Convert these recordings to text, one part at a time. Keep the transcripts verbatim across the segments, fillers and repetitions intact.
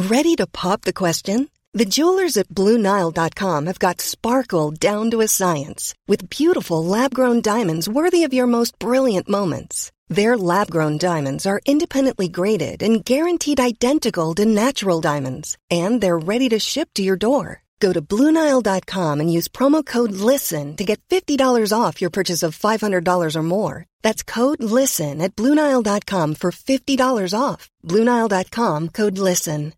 Ready to pop the question? The jewelers at Blue Nile dot com have got sparkle down to a science with beautiful lab-grown diamonds worthy of your most brilliant moments. Their lab-grown diamonds are independently graded and guaranteed identical to natural diamonds, and they're ready to ship to your door. Go to Blue Nile dot com and use promo code LISTEN to get fifty dollars off your purchase of five hundred dollars or more. That's code LISTEN at Blue Nile dot com for fifty dollars off. Blue Nile dot com, code LISTEN.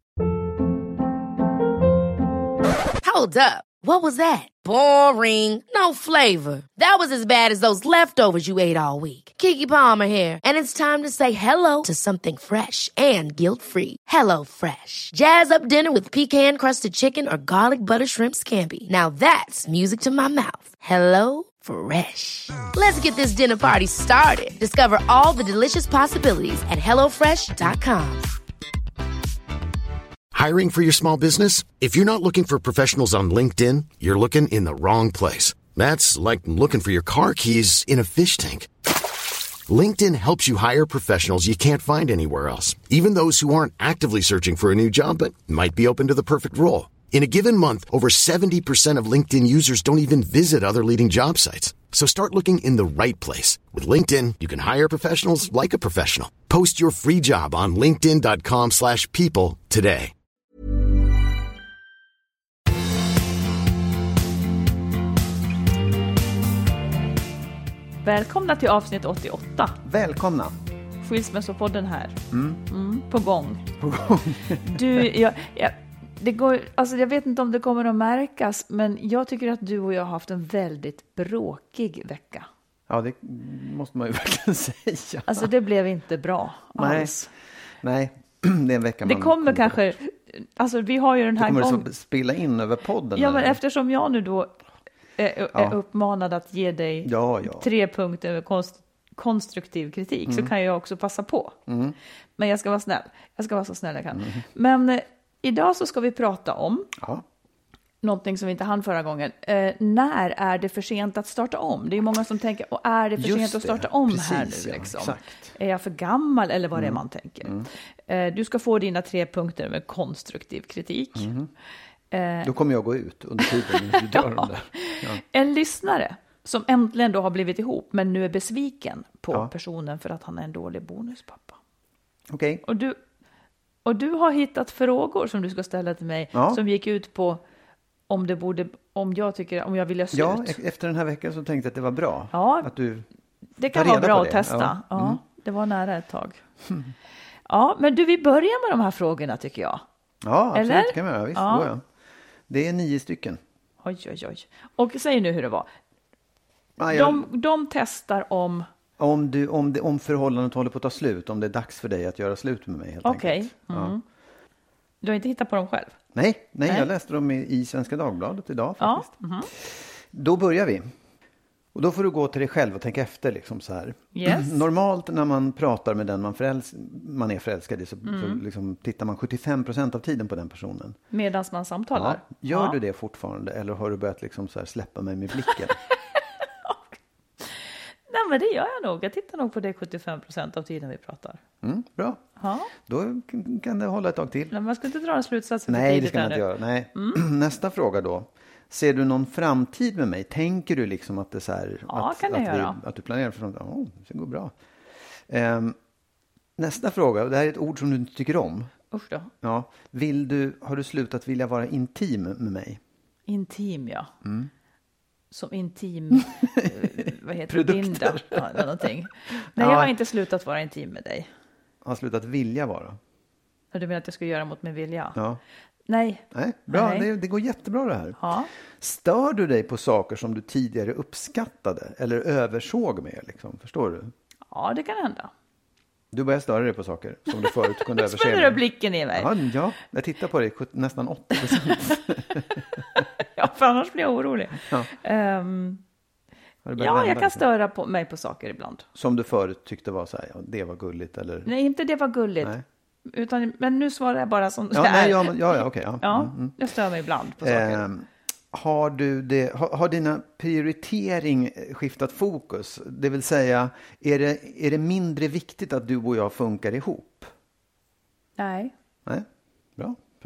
Hold up. What was that? Boring. No flavor. That was as bad as those leftovers you ate all week. Keke Palmer here, and it's time to say hello to something fresh and guilt-free. Hello Fresh. Jazz up dinner with pecan-crusted chicken or garlic butter shrimp scampi. Now that's music to my mouth. Hello Fresh. Let's get this dinner party started. Discover all the delicious possibilities at hello fresh dot com. Hiring for your small business? If you're not looking for professionals on LinkedIn, you're looking in the wrong place. That's like looking for your car keys in a fish tank. LinkedIn helps you hire professionals you can't find anywhere else, even those who aren't actively searching for a new job but might be open to the perfect role. In a given month, over seventy percent of LinkedIn users don't even visit other leading job sites. So start looking in the right place. With LinkedIn, you can hire professionals like a professional. Post your free job on linkedin dot com slash people today. Välkomna till avsnitt åttioåtta. Välkomna. Skilsmässopodden här. Mm. Mm, på gång. På gång. Du, jag, jag, det går, alltså jag vet inte om det kommer att märkas, men jag tycker att du och jag har haft en väldigt bråkig vecka. Ja, det måste man ju verkligen säga. Alltså det blev inte bra Nej. alls. Nej, det är en vecka man... Det kommer kanske... Alltså vi har ju den här... Det kommer gång... att spilla in över podden. Ja, men eller? eftersom jag nu då är, är Ja. uppmanad att ge dig Ja, ja. tre punkter med konst, konstruktiv kritik, Mm. så kan jag också passa på. Mm. Men jag ska vara snäll. Jag ska vara så snäll jag kan. Mm. Men eh, idag så ska vi prata om Ja. någonting som vi inte hann förra gången. Eh, när är det för sent att starta om? Det är många som tänker, och är det för Just sent att det. starta om Precis, här nu? ja, Liksom? exakt. Är jag för gammal eller vad det är Mm. man tänker? Mm. Eh, du ska få dina tre punkter med konstruktiv kritik. Mm. Eh, Då kommer jag gå ut under tiden du drar Ja. dem där. Ja. En lyssnare som äntligen då har blivit ihop men nu är besviken på Ja. personen för att han är en dålig bonuspappa. Okej. Och du, och du har hittat frågor som du ska ställa till mig, Ja. som gick ut på om det borde, om jag tycker, om jag vill ha slut. Ja, e- efter den här veckan så tänkte jag att det var bra. Ja. Att du... Det ta kan vara reda bra på att det. testa. Ja. Ja. Mm. Det var nära ett tag. Ja, men du, vi börjar med de här frågorna tycker jag. Ja, absolut. Eller? Det kan vi göra. Visst, Ja. ja. Ja. Det är nio stycken. Oj, oj, oj. Och säg nu hur det var. Ja, jag... De, de testar om... Om, du, om, det, om förhållandet håller på att ta slut, om det är dags för dig att göra slut med mig helt Okej. enkelt. Ja. Mm. Du har inte hittat på dem själv? Nej, nej, Nej. jag läste dem i, i Svenska Dagbladet idag Ja. faktiskt. mhm. Då börjar vi. Och då får du gå till dig själv och tänka efter liksom så här. Yes. Normalt när man pratar med den man, föräls- man är förälskad i så, Mm. så liksom tittar man sjuttiofem procent av tiden på den personen. Medan man samtalar? Ja. Gör Ja. du det fortfarande eller har du börjat liksom så här släppa mig med blicken? Nej, men det gör jag nog. Jag tittar nog på det sjuttiofem procent av tiden vi pratar. Mm, bra. Ja. Då kan det hålla ett tag till. Men man ska inte dra en slutsats för Nej, det tidigt ska man här inte nu. göra. Nej. Mm. Nästa fråga då. Ser du någon framtid med mig? Tänker du liksom att det är så här, Ja, att, kan jag att, göra. vi, att du planerar för framtiden? Oh, det går bra. Ehm, nästa fråga, och det här är ett ord som du inte tycker om. Usch då. Ja. Vill du, har du slutat vilja vara intim med mig? Intim, ja. Mm. Som intim, eh, vad heter det? Produkter. Binda, ja, eller någonting. Nej, Ja. jag har inte slutat vara intim med dig. Har slutat vilja vara? Du menar att jag ska göra mot min vilja? Ja. Nej. Nej, bra. Nej. Det, det går jättebra det här. Ja. Stör du dig på saker som du tidigare uppskattade eller översåg med? Liksom? Förstår du? Ja, det kan hända. Du börjar störa dig på saker som du förut kunde överse Spänner du med. blicken i mig? Ja, ja, jag tittar på dig nästan åttio procent. Ja, för annars blir jag orolig. Ja. Ehm, Har du börjat ja, vända jag kan lite? störa på mig på saker ibland. Som du förut tyckte var så här, ja, det var gulligt eller? Nej, inte det var gulligt. Nej. Utan, men nu svarar jag bara som Ja, det nej, är. ja, men- ja, ja, okej, ja. Ja, Mm, mm. jag stör mig ibland på saker. Ehm, har, du det, har, har dina prioritering skiftat fokus? Det vill säga, är det, är det mindre viktigt att du och jag funkar ihop? Nej. Nej, bra.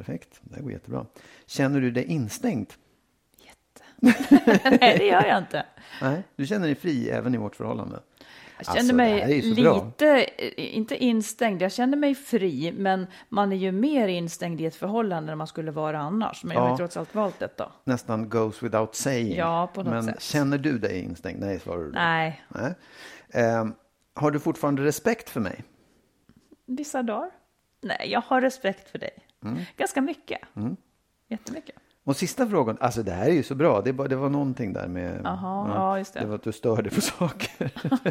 Perfekt, det går jättebra. Känner du dig instängd? Jätte. Nej, det gör jag inte. Nej, du känner dig fri även i vårt förhållande? Jag känner alltså, mig lite, inte instängd, jag känner mig fri, men man är ju mer instängd i ett förhållande än man skulle vara annars. Men jag ja, har ju trots allt valt detta. Nästan goes without saying. Ja, på något men sätt. Känner du dig instängd? Nej, svarar du då. Nej. Nej. Eh, har du fortfarande respekt för mig? Vissa dagar? Nej, jag har respekt för dig. Mm. Ganska mycket. Mm. Jättemycket. Och sista frågan, alltså det här är ju så bra, det, bara, det var någonting där med... Aha, ja, ja, just det. Det var att du störde på saker.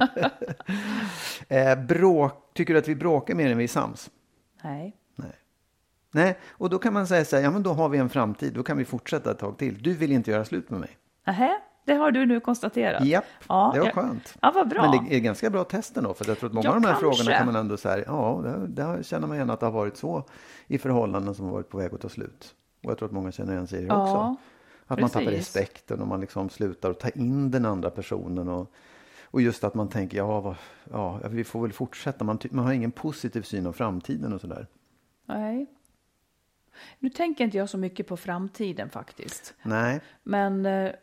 eh, bråk, tycker du att vi bråkar mer än vi är sams? Nej. Nej. Nej, och då kan man säga så här, ja men då har vi en framtid, då kan vi fortsätta ett tag till. Du vill inte göra slut med mig. Nähä, det har du nu konstaterat. Japp, ja, det var jag, skönt. Ja, vad bra. Men det är ganska bra testen då, för jag tror att många ja, av de här kanske. frågorna kan man ändå säga, ja, det, det känner man igen att det har varit så i förhållanden som har varit på väg att ta slut. Och jag tror att många känner igen sig i det ja, också. Att precis. man tappar respekten och man liksom slutar att ta in den andra personen. Och, och just att man tänker, ja, vad, ja vi får väl fortsätta. Man, man har ingen positiv syn av framtiden och sådär. Nej. Nu tänker inte jag så mycket på framtiden faktiskt. Nej. Men... Eh,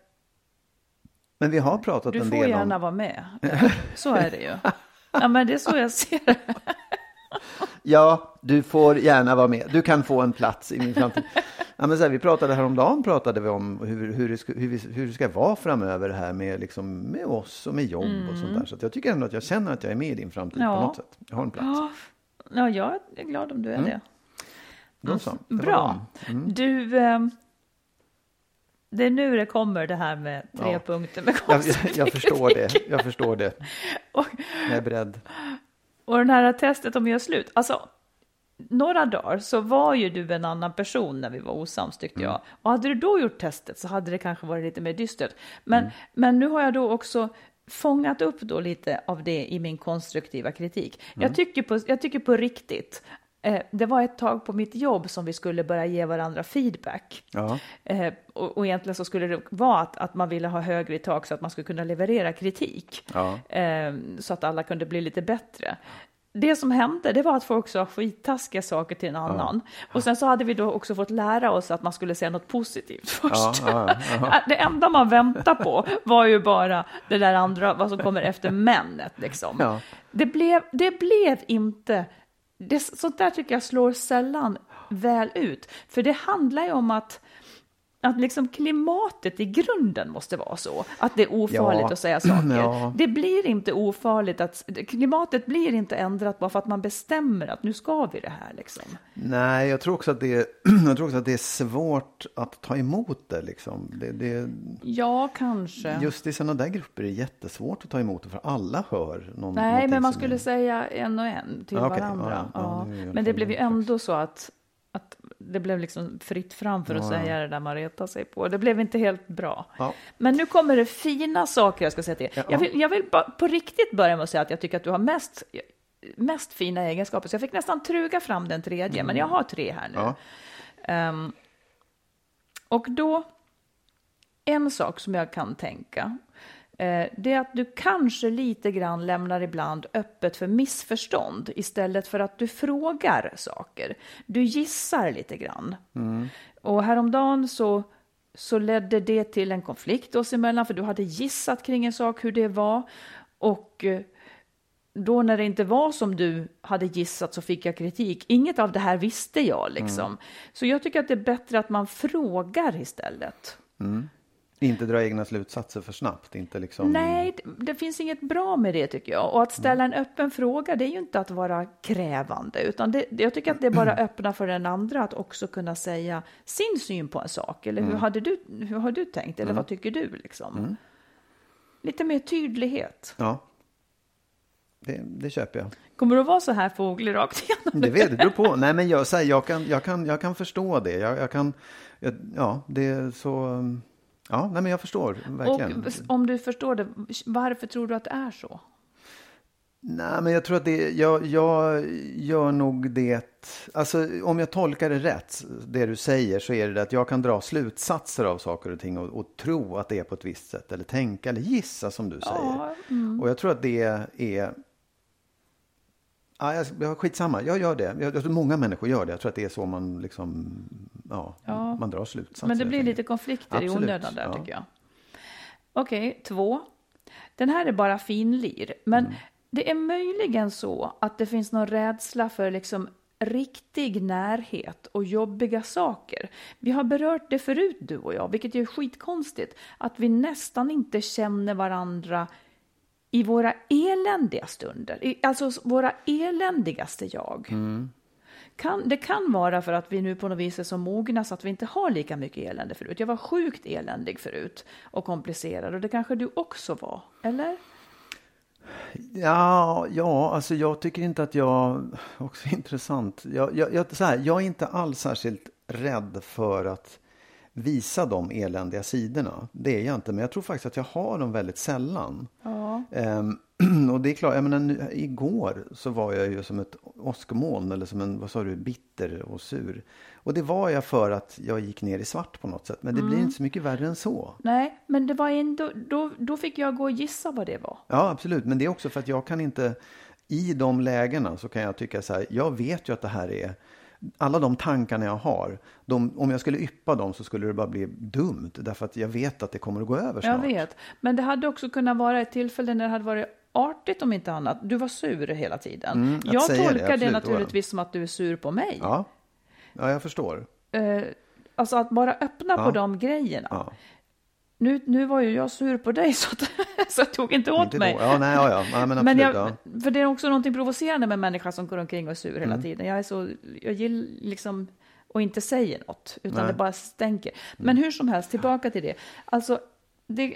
Men vi har pratat du en får del gärna om... vara med. Så är det ju. Ja, men det är så jag ser det. Ja, du får gärna vara med. Du kan få en plats i min framtid. Ja, men så här, vi pratade häromdagen pratade vi om hur, hur, det ska, hur, vi, hur det ska vara framöver här med, liksom, med oss och med jobb mm. och sånt där. Så att jag tycker ändå att jag känner att jag är med i din framtid ja. på något sätt. Jag har en plats. Ja, ja jag är glad om du är mm. det. Då så. Det bra. Mm. Du, eh, det är nu det kommer det här med tre ja. punkter med jag, jag, jag förstår det. Jag förstår det. och, jag är beredd. Och den här testet om jag slut. Alltså, några dagar så var ju du en annan person när vi var osams tyckte jag. Mm. Och hade du då gjort testet så hade det kanske varit lite mer dystert. Men, mm. men nu har jag då också fångat upp då lite av det i min konstruktiva kritik. Mm. Jag, tycker på, jag tycker på riktigt, eh, det var ett tag på mitt jobb som vi skulle börja ge varandra feedback. Ja. Eh, och, och egentligen så skulle det vara att, att man ville ha högre i tak så att man skulle kunna leverera kritik. Ja. Eh, så att alla kunde bli lite bättre. Det som hände, det var att folk sa skittaskiga saker till en annan. Ja. Och sen så hade vi då också fått lära oss att man skulle säga något positivt först. Ja, ja, ja. Det enda man väntar på var ju bara det där andra, vad som kommer efter männet. Liksom. Ja. Det, blev, det blev inte... Det, sånt där tycker jag slår sällan väl ut. För det handlar ju om att... Att liksom klimatet i grunden måste vara så. Att det är ofarligt ja. att säga saker. Ja. Det blir inte ofarligt. Att, klimatet blir inte ändrat bara för att man bestämmer att nu ska vi det här. Liksom. Nej, jag tror också att det är, jag tror också att det är svårt att ta emot det. Liksom. det, det ja, kanske. Just i sådana där grupper är det jättesvårt att ta emot det. För alla hör någon, Nej, men man skulle är... säga en och en till okay. varandra. Ja, ja. Ja, men det blev ju ändå så att... Att det blev liksom fritt fram för att ja. säga det där man retar sig på. Det blev inte helt bra. Ja. Men nu kommer det fina saker jag ska säga till er. Ja. Jag vill, jag vill ba, på riktigt börja med att säga att jag tycker att du har mest, mest fina egenskaper. Så jag fick nästan truga fram den tredje. Mm. Men jag har tre här nu. Ja. Um, och då, en sak som jag kan tänka... Det är att du kanske lite grann lämnar ibland öppet för missförstånd istället för att du frågar saker. Du gissar lite grann. Mm. Och häromdagen så, så ledde det till en konflikt oss emellan för du hade gissat kring en sak hur det var. Och då när det inte var som du hade gissat så fick jag kritik. Inget av det här visste jag liksom. Mm. Så jag tycker att det är bättre att man frågar istället. Mm. Inte dra egna slutsatser för snabbt. Inte liksom... Nej, det, det finns inget bra med det tycker jag. Och att ställa en öppen fråga, det är ju inte att vara krävande. Utan det, jag tycker att det är bara öppna för den andra att också kunna säga sin syn på en sak. Eller hur, mm. hade du, hur har du tänkt? Eller mm. vad tycker du? Liksom? Mm. Lite mer tydlighet. Ja, det, det köper jag. Kommer du att vara så här fåglig rakt igenom? Det vet, det beror på. Nej, men jag, så här, jag, kan, jag, kan, jag kan förstå det. Jag, jag kan, jag, ja, det är så... Ja, nej, men jag förstår verkligen. Och om du förstår det, varför tror du att det är så? Nej, men jag tror att det, jag, jag gör nog det, alltså om jag tolkar det rätt, det du säger, så är det att jag kan dra slutsatser av saker och ting och, och tro att det är på ett visst sätt, eller tänka eller gissa som du säger. Ja, mm. Och jag tror att det är, Ja, jag, jag skitsamma, jag gör det. Jag, jag tror många människor gör det. Jag tror att det är så man liksom, ja, ja. man drar slutsatser. Men det blir lite konflikter Absolut. i onödan där, ja. tycker jag. Okej, okay, två. Den här är bara finlir. Men mm. det är möjligen så att det finns någon rädsla för liksom riktig närhet och jobbiga saker. Vi har berört det förut, du och jag, vilket är skitkonstigt. Att vi nästan inte känner varandra i våra eländiga stunder. I, alltså våra eländigaste jag. Mm. Kan, det kan vara för att vi nu på något vis är så mogna så att vi inte har lika mycket elände förut. Jag var sjukt eländig förut och komplicerad. Och det kanske du också var, eller? Ja, ja, alltså jag tycker inte att jag, också intressant, jag, jag, jag, så här, jag är inte alls särskilt rädd för att visa de eländiga sidorna. Det är jag inte, men jag tror faktiskt att jag har dem väldigt sällan. Ja. Um, och det är klart, jag menar, nu, igår så var jag ju som ett åskmoln eller som en, vad sa du, bitter och sur. Och det var jag för att jag gick ner i svart på något sätt. Men det mm. blir inte så mycket värre än så. Nej, men det var ändå, då, då fick jag gå och gissa vad det var. Ja, absolut. Men det är också för att jag kan inte, i de lägena så kan jag tycka så här, jag vet ju att det här är, alla de tankarna jag har, de, om jag skulle yppa dem så skulle det bara bli dumt. Därför att jag vet att det kommer att gå över snart. Jag vet, men det hade också kunnat vara ett tillfälle när det hade varit artigt om inte annat. Du var sur hela tiden. Mm, jag tolkar det, det naturligtvis som att du är sur på mig. Ja, ja jag förstår. Uh, alltså att bara öppna ja. på de grejerna. Ja. Nu, nu var ju jag sur på dig så, att, så jag tog inte åt inte mig. Ja, nej, ja, ja. ja men absolut, men jag, ja. För det är också någonting provocerande med människor som går omkring och är sur hela mm. tiden. Jag är så, jag gillar liksom och inte säger något, utan nej. det bara stänker. Men mm. hur som helst, tillbaka till det. Alltså, det,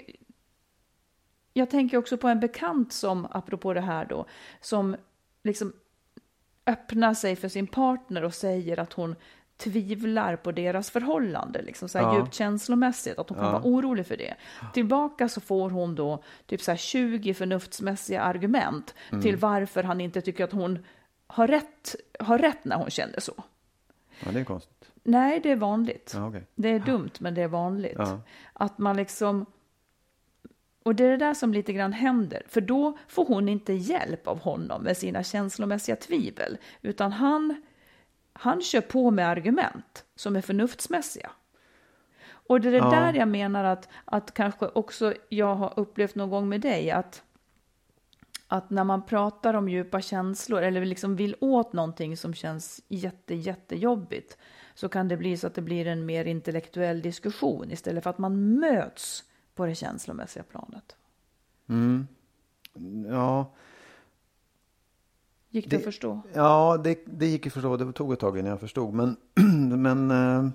jag tänker också på en bekant som, apropå det här då, som liksom öppnar sig för sin partner och säger att hon tvivlar på deras förhållande, liksom så här ja. djupt känslomässigt, att hon kan ja. vara orolig för det. Tillbaka så får hon då typ så här tjugo förnuftsmässiga argument mm. till varför han inte tycker att hon har rätt, har rätt när hon känner så. Ja, det är konstigt. Nej, det är vanligt. Ja, okay. Det är dumt, men det är vanligt. Ja. Att man liksom, och det är det där som lite grann händer, för då får hon inte hjälp av honom med sina känslomässiga tvivel, utan han Han kör på med argument som är förnuftsmässiga. Och det är ja. där jag menar att, att kanske också jag har upplevt någon gång med dig. Att, att när man pratar om djupa känslor eller liksom vill åt någonting som känns jätte, jättejobbigt. Så kan det bli så att det blir en mer intellektuell diskussion istället för att man möts på det känslomässiga planet. Mm. Ja. Gick det, det att förstå? Ja, det, det gick att förstå. Det tog ett tag innan jag förstod. Men, men äh,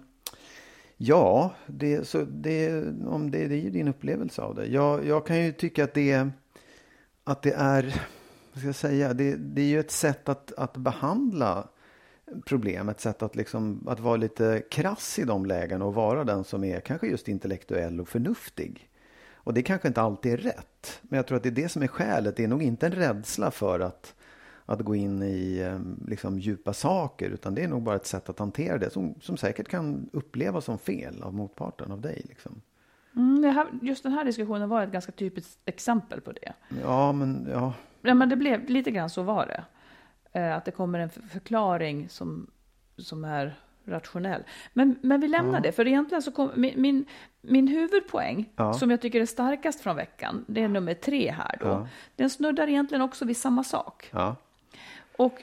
ja, det, så det, om det, det är ju din upplevelse av det. Jag, jag kan ju tycka att det, att det är, vad ska jag säga, det, det är ju ett sätt att, att behandla problem. Ett sätt att, liksom, att vara lite krass i de lägen och vara den som är kanske just intellektuell och förnuftig. Och det kanske inte alltid är rätt. Men jag tror att det är det som är skälet. Det är nog inte en rädsla för att att gå in i liksom, djupa saker, utan det är nog bara ett sätt att hantera det som, som säkert kan upplevas som fel av motparten, av dig. Liksom. Mm, det här, just den här diskussionen var ett ganska typiskt exempel på det. Ja, men ja. Ja, men det blev lite grann så var det. Eh, att det kommer en förklaring som, som är rationell. Men, men vi lämnar ja. det, för egentligen så kom min, min, min huvudpoäng, ja. som jag tycker är starkast från veckan, det är nummer tre här då. Ja. Den snuddar egentligen också vid samma sak. Ja. Och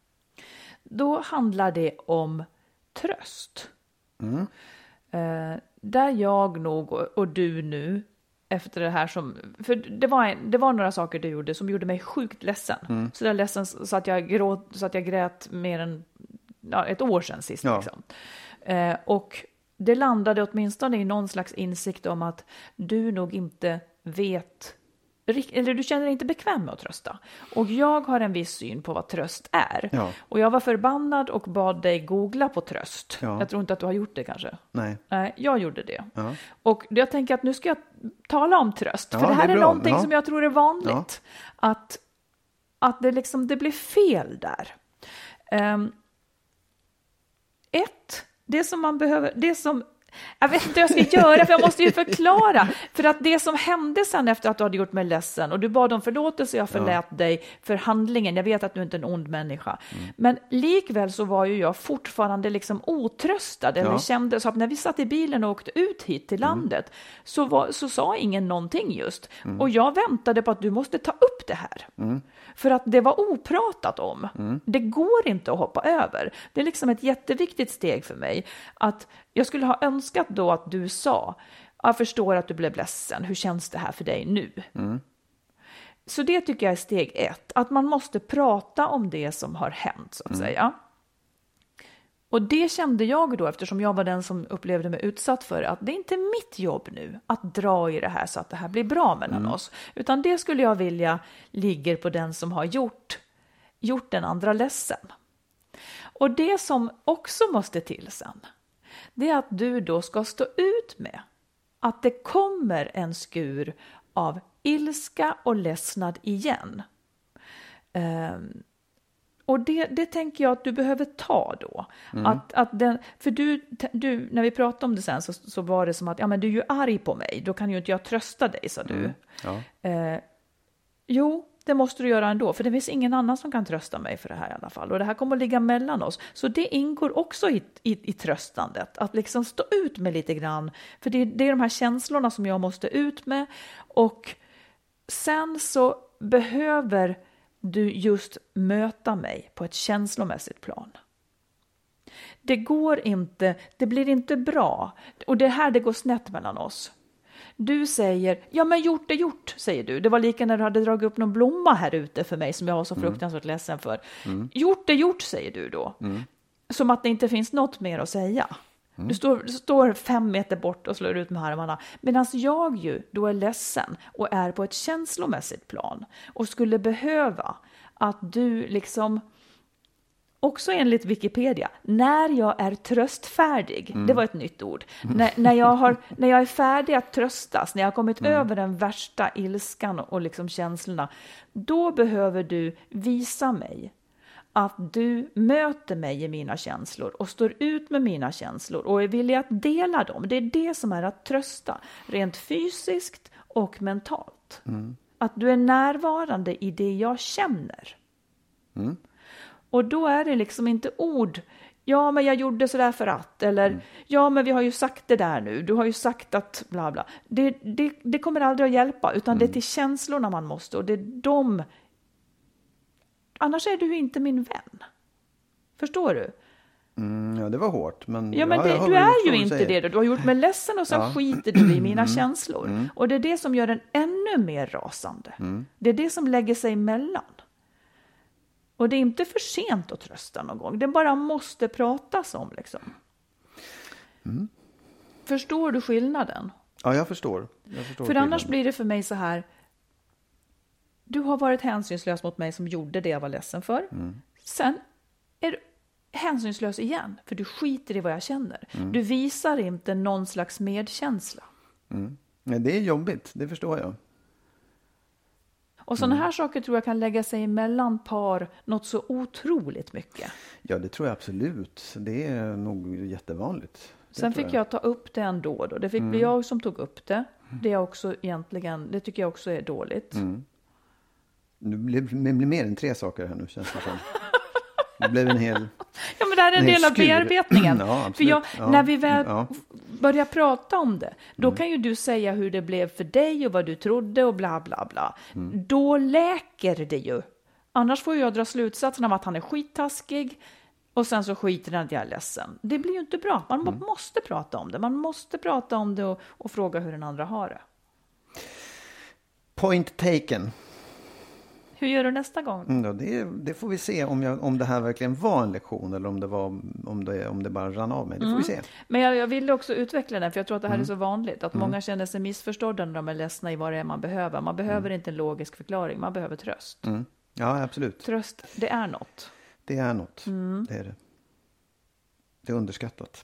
då handlar det om tröst. Mm. Eh, där jag nog och, och du nu, efter det här som, för det var, en, det var några saker du gjorde som gjorde mig sjukt ledsen. Mm. Så där ledsen så att jag gråt, så att jag grät mer än ja, ett år sedan sist. Ja. Liksom. Eh, och det landade åtminstone i någon slags insikt om att du nog inte vet, eller du känner dig inte bekväm med att trösta. Och jag har en viss syn på vad tröst är. Ja. Och jag var förbannad och bad dig googla på tröst. Ja. Jag tror inte att du har gjort det kanske. Nej. Nej, jag gjorde det. Ja. Och jag tänker att nu ska jag tala om tröst. Ja, för det här det är, är bra. någonting ja. som jag tror är vanligt. Ja. Att, att det, liksom, det blir fel där. Um, ett, det som man behöver, det som Jag vet inte vad jag ska göra, för jag måste ju förklara. För att det som hände sen efter att du hade gjort mig ledsen och du bad om förlåtelse, jag förlät ja. dig för handlingen. Jag vet att du inte är en ond människa. Mm. Men likväl så var ju jag fortfarande liksom otröstad. Eller ja. kände så att när vi satt i bilen och åkte ut hit till landet mm. så, var, så sa ingen någonting just. Mm. Och jag väntade på att du måste ta upp det här. Mm. För att det var opratat om. Mm. Det går inte att hoppa över. Det är liksom ett jätteviktigt steg för mig. Att jag skulle ha önskat då att du sa, jag förstår att du blev ledsen. Hur känns det här för dig nu? Mm. Så det tycker jag är steg ett. Att man måste prata om det som har hänt, så att mm. säga. Och det kände jag då, eftersom jag var den som upplevde mig utsatt för att det är inte mitt jobb nu att dra i det här så att det här blir bra mellan mm. oss. Utan det skulle jag vilja ligger på den som har gjort, gjort den andra ledsen. Och det som också måste till sen, det är att du då ska stå ut med att det kommer en skur av ilska och ledsnad igen. Um, Och det, det tänker jag att du behöver ta då. Mm. Att, att den, för du, du, när vi pratade om det sen så, så var det som att ja, men du är ju arg på mig. Då kan ju inte jag trösta dig, sa du. Mm. Ja. Eh, jo, det måste du göra ändå. För det finns ingen annan som kan trösta mig för det här i alla fall. Och det här kommer att ligga mellan oss. Så det ingår också i, i, i tröstandet. Att liksom stå ut med lite grann. För det, det är de här känslorna som jag måste ut med. Och sen så behöver du just möta mig på ett känslomässigt plan. Det går inte, det blir inte bra. Och det här det går snett mellan oss. Du säger, ja men gjort är gjort, säger du. Det var lika när du hade dragit upp någon blomma här ute för mig som jag var så fruktansvärt mm. ledsen för. Mm. Gjort är gjort, säger du då. Mm. Som att det inte finns något mer att säga. Mm. Du står, står fem meter bort och slår ut med armarna. Medan jag ju då är ledsen och är på ett känslomässigt plan. Och skulle behöva att du liksom, också enligt Wikipedia, när jag är tröstfärdig, mm. det var ett nytt ord. Mm. När, när, jag har, när jag är färdig att tröstas, när jag har kommit mm. över den värsta ilskan och liksom känslorna, då behöver du visa mig att du möter mig i mina känslor och står ut med mina känslor och är villig att dela dem. Det är det som är att trösta, rent fysiskt och mentalt. Mm. Att du är närvarande i det jag känner. Mm. Och då är det liksom inte ord, ja men jag gjorde sådär för att, eller mm. ja men vi har ju sagt det där nu, du har ju sagt att bla bla. Det, det, det kommer aldrig att hjälpa, utan mm. det är till känslorna man måste, och det är de. Annars är du inte min vän. Förstår du? Mm, ja, det var hårt. Men, ja, men det, ja, du är ju inte det. Då. Du har gjort mig ledsen och sen ja. skiter du i mina mm, känslor. Mm. Och det är det som gör den ännu mer rasande. Mm. Det är det som lägger sig emellan. Och det är inte för sent att trösta någon gång. Det bara måste pratas om. Liksom. Mm. Förstår du skillnaden? Ja, jag förstår. Jag förstår för annars blir det för mig så här. Du har varit hänsynslös mot mig som gjorde det jag var ledsen för. Mm. Sen är du hänsynslös igen. För du skiter i vad jag känner. Mm. Du visar inte någon slags medkänsla. Mm. Ja, det är jobbigt, det förstår jag. Och sådana här mm. saker tror jag kan lägga sig emellan par något så otroligt mycket. Ja, det tror jag absolut. Det är nog jättevanligt. Det Sen fick jag. jag ta upp det ändå. Då. Det fick mm. bli jag som tog upp det. Det, är också egentligen, det tycker jag också är dåligt. Mm. Det blir, det blir mer än tre saker här nu, känns det som. Det blev en hel... Ja, men det här är en, en del av bearbetningen. Ja, för jag, ja, när vi väl ja. börjar prata om det, då mm. kan ju du säga hur det blev för dig och vad du trodde och bla bla bla. Mm. Då läker det ju. Annars får jag dra slutsatsen av att han är skittaskig och sen så skiter han att jag är ledsen. Det blir ju inte bra. Man mm. måste prata om det. Man måste prata om det och, och fråga hur den andra har det. Point taken. Hur gör du nästa gång? Mm, då, det, det får vi se om, jag, om det här verkligen var en lektion eller om det, var, om det, om det bara rann av mig. Det får mm. vi se. Men jag, jag vill också utveckla den, för jag tror att det här mm. är så vanligt. Att mm. många känner sig missförstådda när de är ledsna i vad det är man behöver. Man behöver mm. inte en logisk förklaring, man behöver tröst. Mm. Ja, absolut. Tröst, det är något. Det är något, mm. det är det. Det är underskattat.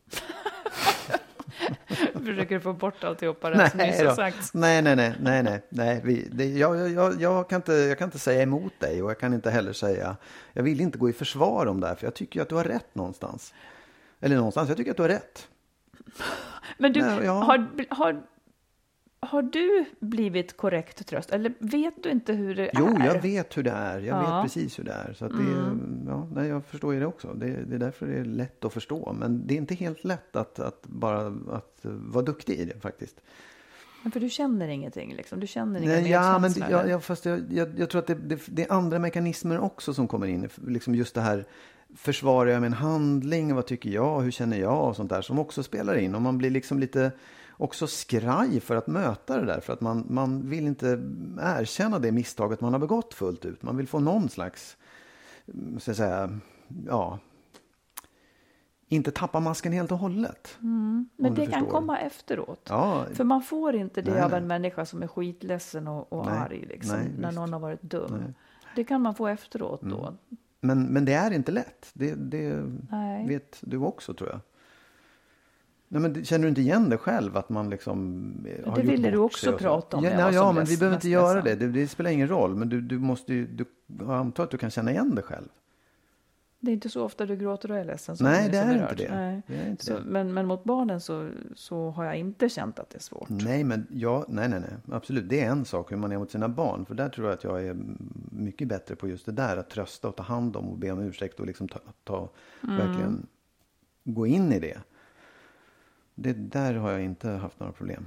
Försöker du få bort alltihopa det som nyss har sagt? Nej, nej, nej, nej, nej, nej. Vi, det, jag, jag, jag, kan inte, jag kan inte säga emot dig och jag kan inte heller säga, jag vill inte gå i försvar om det här, för jag tycker att du har rätt någonstans. Eller någonstans, jag tycker att du har rätt. Men du, Nej, ja. har, har, har du blivit korrekt tröst? Eller vet du inte hur det Jo, är? Jo, jag vet hur det är. Jag Ja. vet precis hur det är. Så att det, Mm. ja, nej, jag förstår ju det också. Det, det är därför det är lätt att förstå. Men det är inte helt lätt att, att bara att vara duktig i det faktiskt. Men för du känner ingenting liksom? Du känner inga Nej, ja, men medkänslor, jag, eller? jag, fast jag, jag, jag tror att det, det, det är andra mekanismer också som kommer in. Liksom just det här, försvarar jag min handling? Vad tycker jag? Hur känner jag? Och sånt där som också spelar in. Och man blir liksom lite också skraj för att möta det där. För att man, man vill inte erkänna det misstaget man har begått fullt ut. Man vill få någon slags, så att säga, ja, inte tappa masken helt och hållet. Mm. Men det du kan förstår. komma efteråt. Ja, För man får inte det Nej, av nej. en människa som är skitledsen och, och Nej, arg liksom, nej, när visst. någon har varit dum. Nej. Mm. Det kan man få efteråt då. men, men det är inte lätt. Det, det Nej. vet du också, tror jag. Nej, men känner du inte igen det själv? Att man liksom har det gjort ville du bort också sig och så? prata om Ja, när jag nej, var ja som men mest- vi behöver mest inte göra det. ledsen. det. Det spelar ingen roll. Men du, du måste ju, du, jag antar att du kan känna igen det själv. Det är inte så ofta du gråter och är ledsen. Som Nej, du det som är berörd. inte det. Nej. Det är inte Så, det. men, men mot barnen så, så har jag inte känt att det är svårt. Nej, men ja, nej, nej, nej. Absolut. Det är en sak hur man är mot sina barn. För där tror jag att jag är mycket bättre på just det där. Att trösta och ta hand om och be om ursäkt och liksom ta, ta Mm. verkligen gå in i det. Det där har jag inte haft några problem.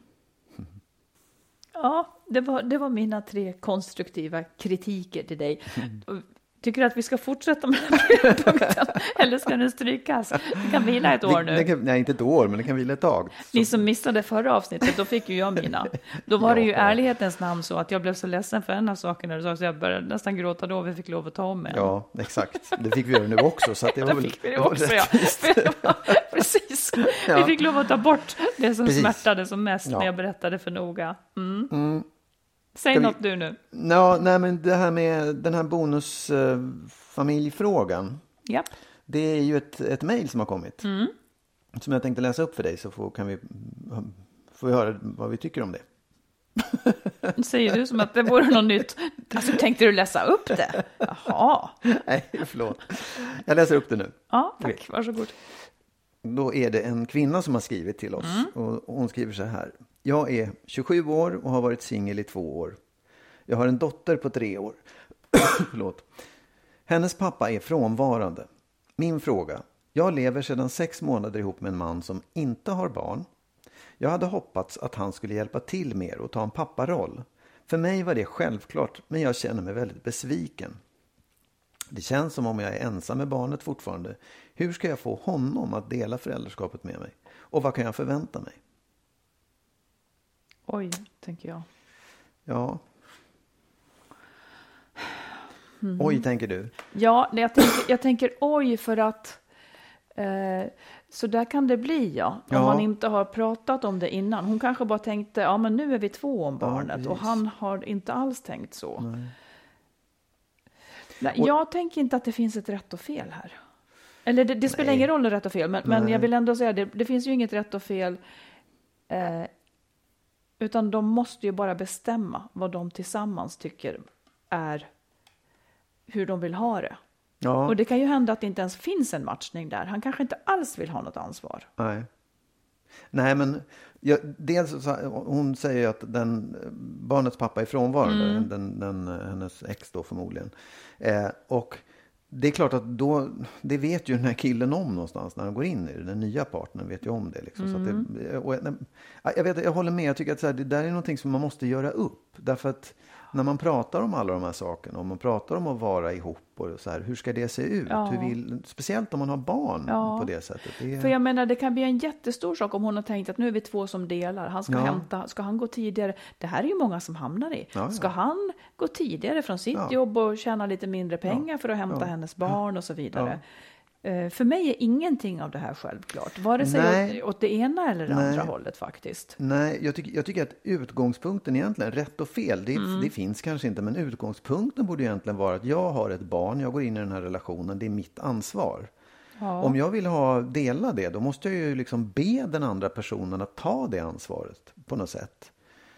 Ja, det var, det var mina tre konstruktiva kritiker till dig. Mm. Tycker du att vi ska fortsätta med den här punkten? Eller ska den strykas? Vi kan vila ett år Det, nu. det kan, nej, inte ett år, men det kan vila ett tag. Så, Ni som missade förra avsnittet, då fick ju jag mina. Då var det ju Ja. ärlighetens namn så att jag blev så ledsen för en av sakerna du sa, så jag började nästan gråta då vi fick lov att ta om igen. ja, exakt. Det fick vi göra nu också. Så att det var Det väl, fick vi det var också, ja. rättvist. Precis. Ja. Vi fick lov att ta bort det som Precis. smärtade som mest Ja. när jag berättade för noga. Mm. Mm. Säg Ska vi- något du nu. Ja, nej, men det här med den här bonusfamiljfrågan. Ja. Det är ju ett, ett mejl som har kommit. Mm. Som jag tänkte läsa upp för dig, så får, kan vi, får vi höra vad vi tycker om det. Säger du som att det vore något nytt. Alltså tänkte du läsa upp det? Jaha. Nej, förlåt. Jag läser upp det nu. Ja, tack. Okej. Varsågod. Då är det en kvinna som har skrivit till oss. Och hon skriver så här. Jag är tjugosju år och har varit singel i två år. Jag har en dotter på tre år. Förlåt. Hennes pappa är frånvarande. Min fråga. Jag lever sedan sex månader ihop med en man som inte har barn. Jag hade hoppats att han skulle hjälpa till mer och ta en papparoll. För mig var det självklart, men jag känner mig väldigt besviken. Det känns som om jag är ensam med barnet fortfarande. Hur ska jag få honom att dela föräldraskapet med mig? Och vad kan jag förvänta mig? Oj, tänker jag. Ja. Oj, tänker du. Ja, nej, jag tänker, jag tänker oj för att eh, så där kan det bli, ja. Om Ja. man inte har pratat om det innan. Hon kanske bara tänkte, ja men nu är vi två om barnet. precis. Och han har inte alls tänkt så. Nej. Nej, Och- jag tänker inte att det finns ett rätt och fel här. Eller det, det spelar Nej. ingen roll rätt och fel. Men, men Nej. jag vill ändå säga, det, det finns ju inget rätt och fel. Eh, utan de måste ju bara bestämma vad de tillsammans tycker är hur de vill ha det. Ja, Och det kan ju hända att det inte ens finns en matchning där. Han kanske inte alls vill ha något ansvar. nej. Nej, men jag, dels så, hon säger ju att den, barnets pappa är frånvarande. Mm. Den, den, hennes ex då förmodligen. Eh, och det är klart att då, det vet ju den här killen om någonstans när han går in i det. Den nya partnern vet ju om det. Liksom. Så att det och jag, jag, vet, jag håller med, jag tycker att så här, det där är någonting som man måste göra upp. Därför att när man pratar om alla de här sakerna, och man pratar om att vara ihop och så här, hur ska det se ut? Ja. Hur vill, speciellt om man har barn Ja. på det sättet. Det är, För jag menar, det kan bli en jättestor sak om hon har tänkt att nu är vi två som delar. Han ska Ja. hämta, ska han gå tidigare? Det här är ju många som hamnar i. Ja, ja. Ska han gå tidigare från sitt Ja. jobb och tjäna lite mindre pengar Ja. för att hämta Ja. hennes barn och så vidare? Eh, För mig är ingenting av det här självklart. Vare sig Nej. åt, åt det ena eller det Nej. andra hållet faktiskt. Nej, jag tycker, jag tycker att utgångspunkten egentligen, rätt och fel, det, Mm. det finns kanske inte, men utgångspunkten borde egentligen vara att jag har ett barn, jag går in i den här relationen, det är mitt ansvar. Ja. Om jag vill ha, dela det, då måste jag ju liksom be den andra personen att ta det ansvaret på något sätt.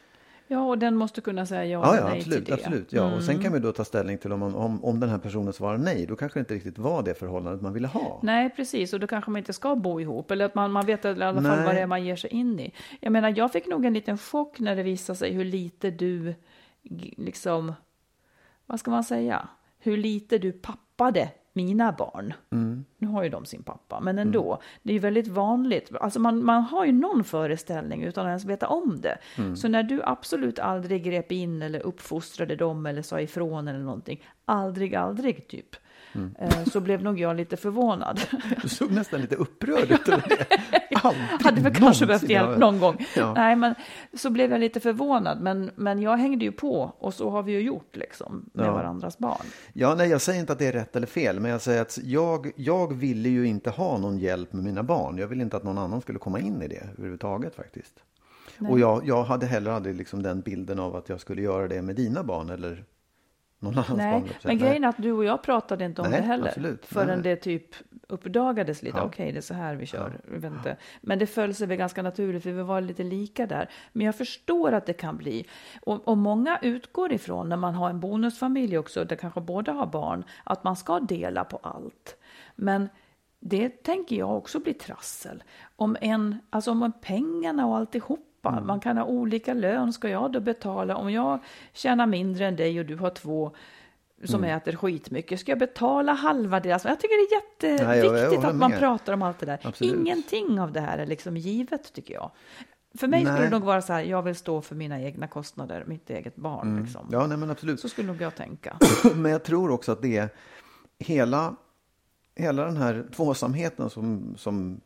Ja, och den måste kunna säga ja, ja, eller ja nej absolut, till det. absolut. Ja. Mm. Och sen kan vi då ta ställning till om, man, om, om den här personen svarar nej. Då kanske det inte riktigt var det förhållandet man ville ha. Nej, precis. Och då kanske man inte ska bo ihop. Eller att man, man vet i alla fall Nej. vad det är man ger sig in i. Jag menar, jag fick nog en liten chock när det visade sig hur lite du, liksom, vad ska man säga? Hur lite du pappade mina barn. Mm. Nu har ju de sin pappa, men ändå. Mm. Det är ju väldigt vanligt. Alltså man, man har ju någon föreställning utan att ens veta om det. Mm. Så när du absolut aldrig grep in eller uppfostrade dem eller sa ifrån eller någonting. Aldrig, aldrig typ. Mm. Så blev nog jag lite förvånad. Du såg nästan lite upprörd ut över det. Hade väl kanske behövt hjälp någon gång. Ja. Nej, men så blev jag lite förvånad. Men, men jag hängde ju på och så har vi ju gjort liksom med ja. varandras barn. Ja, nej, jag säger inte att det är rätt eller fel. Men jag säger att jag, jag ville ju inte ha någon hjälp med mina barn. Jag ville inte att någon annan skulle komma in i det överhuvudtaget faktiskt. Nej. Och jag, jag hade heller aldrig liksom den bilden av att jag skulle göra det med dina barn eller någon annans Nej, barn. men grejen är att du och jag pratade inte om nej, det heller. Absolut. Förrän nej. det typ uppdagades lite. Ja. Okej, okay, det är så här vi kör. Ja. Jag vet inte. Men det föll sig väl ganska naturligt för vi var lite lika där. Men jag förstår att det kan bli. Och, och många utgår ifrån när man har en bonusfamilj också. Där kanske båda har barn. Att man ska dela på allt. Men det tänker jag också blir trassel. Om en, alltså om pengarna och alltihop. Mm. Man kan ha olika lön. Ska jag då betala? Om jag tjänar mindre än dig och du har två som mm. äter skitmycket. Ska jag betala halva deras? Jag tycker det är jätteviktigt Nej, jag, jag att man med. pratar om allt det där. Absolut. Ingenting av det här är liksom givet tycker jag. För mig nej. skulle det nog vara så här, jag vill stå för mina egna kostnader, mitt eget barn. Mm. Liksom. Ja, nej, men absolut. Så skulle nog jag tänka. Men jag tror också att det är hela, hela den här tvåsamheten som... som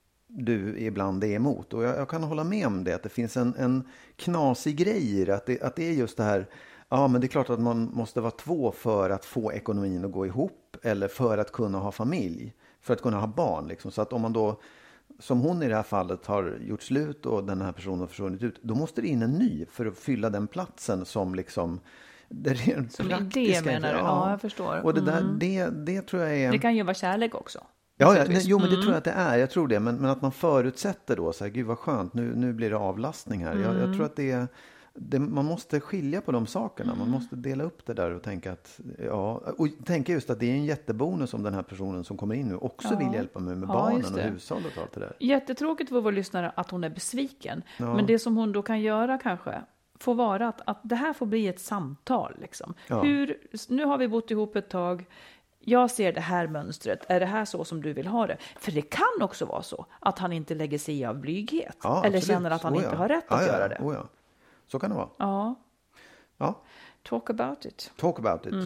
du ibland är emot. Och jag, jag kan hålla med om det. Att det finns en, en knasig grej i det. Att, det. att det är just det här. Ja, men det är klart att man måste vara två för att få ekonomin att gå ihop. Eller för att kunna ha familj. För att kunna ha barn. Liksom. Så att om man då, som hon i det här fallet har gjort slut och den här personen har försvunnit ut. Då måste det in en ny för att fylla den platsen som liksom... Det rent som det menar du? Ja, ja, jag förstår. Och det, där, mm. det, det tror jag är... Det kan ju vara kärlek också. Ja, ja nej, jo men det mm. tror jag att det är. Jag tror det. Men, men att man förutsätter då så här, gud vad skönt, nu, nu blir det avlastning här. Mm. Jag, jag tror att det är, det, man måste skilja på de sakerna. Man måste dela upp det där och tänka att, ja, och tänka just att det är en jättebonus om den här personen som kommer in nu också ja. vill hjälpa mig med ja, barnen och hushållet och allt det där. Jättetråkigt för vår lyssnare att hon är besviken. Ja. Men det som hon då kan göra kanske får vara att, att det här får bli ett samtal. Liksom. Ja. Hur, nu har vi bott ihop ett tag. Jag ser det här mönstret. Är det här så som du vill ha det? För det kan också vara så att han inte lägger sig i av blyghet. Ja, eller absolut. känner att han oh, ja. inte har rätt att ja, ja. göra det. Oh, ja. Så kan det vara. Ja. ja. Talk about it. Talk about it. Mm.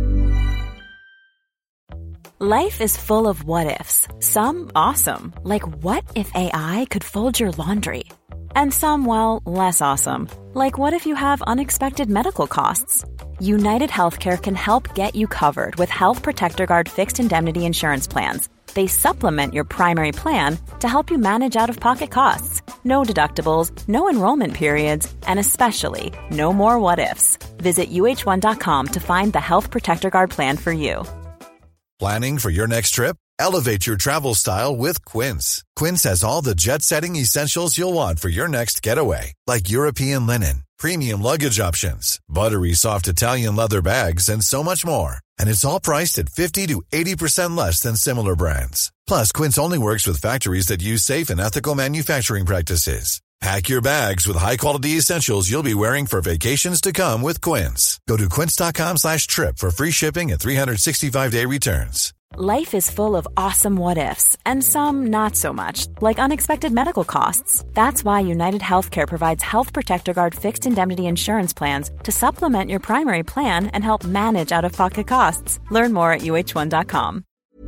Life is full of what ifs. Some awesome. Like what if A I could fold your laundry? And some, well, less awesome. Like what if you have unexpected medical costs? United Healthcare can help get you covered with Health Protector Guard fixed indemnity insurance plans. They supplement your primary plan to help you manage out-of-pocket costs. No deductibles, no enrollment periods, and especially no more what-ifs. Visit U H one dot com to find the Health Protector Guard plan for you. Planning for your next trip? Elevate your travel style with Quince. Quince has all the jet-setting essentials you'll want for your next getaway, like European linen, premium luggage options, buttery soft Italian leather bags, and so much more. And it's all priced at fifty to eighty percent less than similar brands. Plus, Quince only works with factories that use safe and ethical manufacturing practices. Pack your bags with high-quality essentials you'll be wearing for vacations to come with Quince. Go to quince.com slash trip for free shipping and three sixty-five day returns. Life is full of awesome what-ifs, and some not so much, like unexpected medical costs. That's why United Healthcare provides Health Protector Guard fixed indemnity insurance plans to supplement your primary plan and help manage out-of-pocket costs. Learn more at U H one dot com.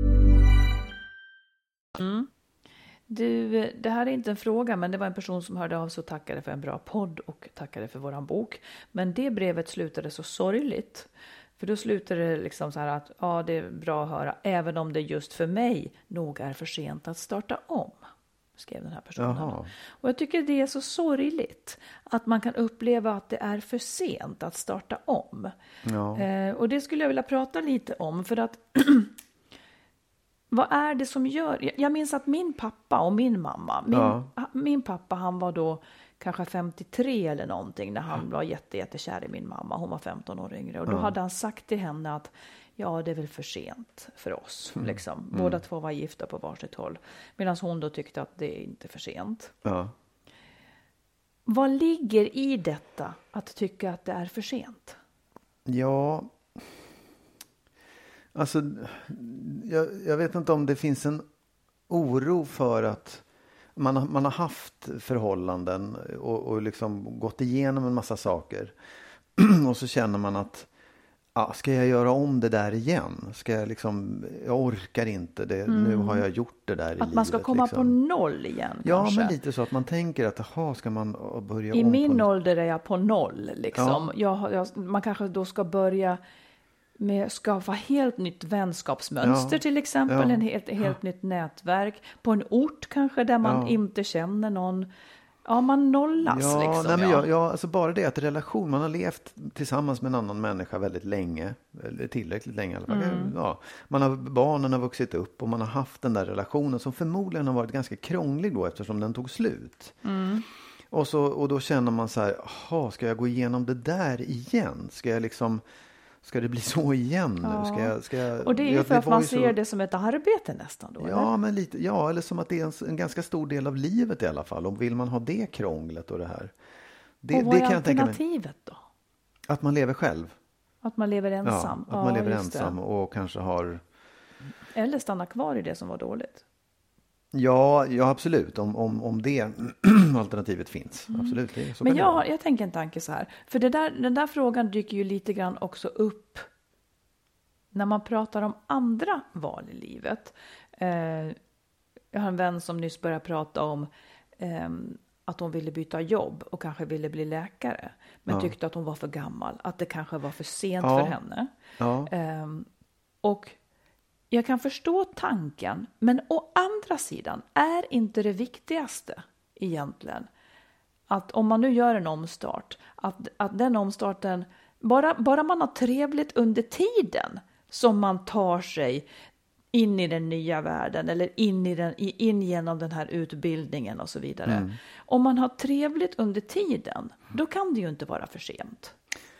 Mm. Du, det här är inte en fråga, men det var en person som hörde av sig och tackade för en bra podd och tackade för våran bok. Men det brevet slutade så sorgligt. För då slutar det liksom så här att ja, det är bra att höra, även om det just för mig nog är för sent att starta om, skrev den här personen. Jaha. Och jag tycker det är så sorgligt att man kan uppleva att det är för sent att starta om. Ja. Eh, och det skulle jag vilja prata lite om, för att vad är det som gör... Jag minns att min pappa och min mamma, min, Ja. min pappa han var då kanske femtiotre eller någonting när han var jätte, jättekär i min mamma. Hon var femton år yngre och då Ja. hade han sagt till henne att ja, det är väl för sent för oss. Mm. Liksom. Båda två var gifta på varsitt håll. Medan hon då tyckte att det är inte för sent. Ja. Vad ligger i detta att tycka att det är för sent? Ja, alltså jag, jag vet inte om det finns en oro för att man har, man har haft förhållanden och, och liksom gått igenom en massa saker. Och så känner man att ja, ska jag göra om det där igen? Ska jag liksom, jag orkar inte det. Mm. Nu har jag gjort det där i livet. Att man ska komma liksom. på noll igen Ja, kanske. men lite så att man tänker att aha, ska man börja I om min på... ålder är jag på noll. Liksom. Ja. Jag, jag, man kanske då ska börja med skapa helt nytt vänskapsmönster Ja. till exempel. Ja. En helt, helt Ja. nytt nätverk. På en ort kanske där man Ja. inte känner någon. Ja, man nollas Ja, liksom. nej, men ja. jag, jag, alltså bara det att relation, man har levt tillsammans med en annan människa väldigt länge, eller tillräckligt länge i alla fall. Mm. Ja, man har, barnen har vuxit upp och man har haft den där relationen som förmodligen har varit ganska krånglig då eftersom den tog slut. Mm. Och, så, och då känner man så här, aha, ska jag gå igenom det där igen? Ska jag liksom... Ska det bli så igen nu? Ja. Ska jag, ska jag, Och det är ju jag, för att var man ju ser så, det som ett arbete nästan då, Ja, eller? men lite, ja, eller som att det är en, en ganska stor del av livet i alla fall. Och vill man ha det krånglet och det här. Det, och vad det är kan jag tänka mig. alternativet då? Att man lever själv. Att man lever ensam? Ja, att man Ja, lever just det. ensam och kanske har... Eller stanna kvar i det som var dåligt? Ja, ja absolut. Om, om, om det alternativet finns. Absolut. Det, så Men kan jag, det har- vara. jag tänker en tanke så här. För det där, den där frågan dyker ju lite grann också upp när man pratar om andra val i livet. Eh, jag har en vän som nyss började prata om eh, att hon ville byta jobb och kanske ville bli läkare. Men Ja. tyckte att hon var för gammal. Att det kanske var för sent Ja. för henne. Ja. Eh, och jag kan förstå tanken. Men å andra sidan är inte det viktigaste egentligen att om man nu gör en omstart, att, att den omstarten, bara, bara man har trevligt under tiden som man tar sig in i den nya världen eller in, i den, in genom den här utbildningen och så vidare. Mm. Om man har trevligt under tiden, då kan det ju inte vara för sent.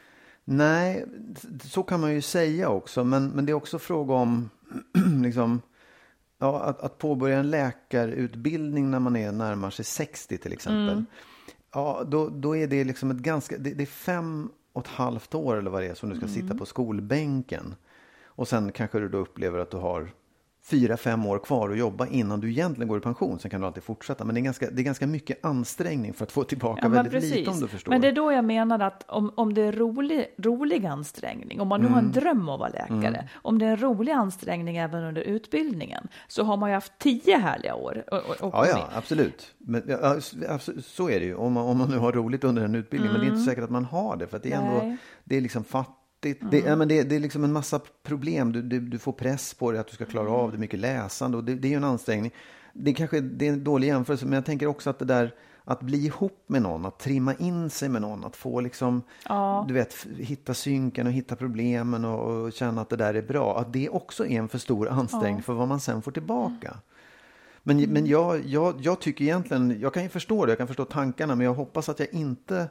Nej, så kan man ju säga också. Men, men det är också fråga om liksom, ja, att, att påbörja en läkarutbildning när man är närmar sig sextio till exempel. Mm. Ja, då, då är det liksom ett ganska, det, det är fem och ett halvt år eller vad det är som du ska Mm. sitta på skolbänken. Och sen kanske du då upplever att du har fyra, fem år kvar att jobba innan du egentligen går i pension. Sen kan du alltid fortsätta. Men det är ganska, det är ganska mycket ansträngning för att få tillbaka Ja, men väldigt precis. lite om du förstår. Men det är då jag menar att om, om det är rolig, rolig ansträngning, om man nu har en dröm att vara läkare, om det är en rolig ansträngning även under utbildningen, så har man ju haft tio härliga år. Och, och, och Ja, ja, absolut. Men, ja, absolut. Så är det ju. Om man, om man nu har roligt under en utbildning. Men det är inte säkert att man har det. För att det är ändå, Nej. det är liksom fattigt. Det, ja, men det, det är liksom en massa problem. Du, du, du får press på dig att du ska klara av det. Mycket läsande. Och det, det är ju en ansträngning. Det kanske det är en dålig jämförelse. Men jag tänker också att det där att bli ihop med någon. Att trimma in sig med någon. Att få liksom, Ja. du vet, hitta synken och hitta problemen. Och, och känna att det där är bra. Att det också är en för stor ansträngning för vad man sen får tillbaka. Men, Mm. men jag, jag, jag tycker egentligen, jag kan ju förstå det, jag kan förstå tankarna, men jag hoppas att jag inte,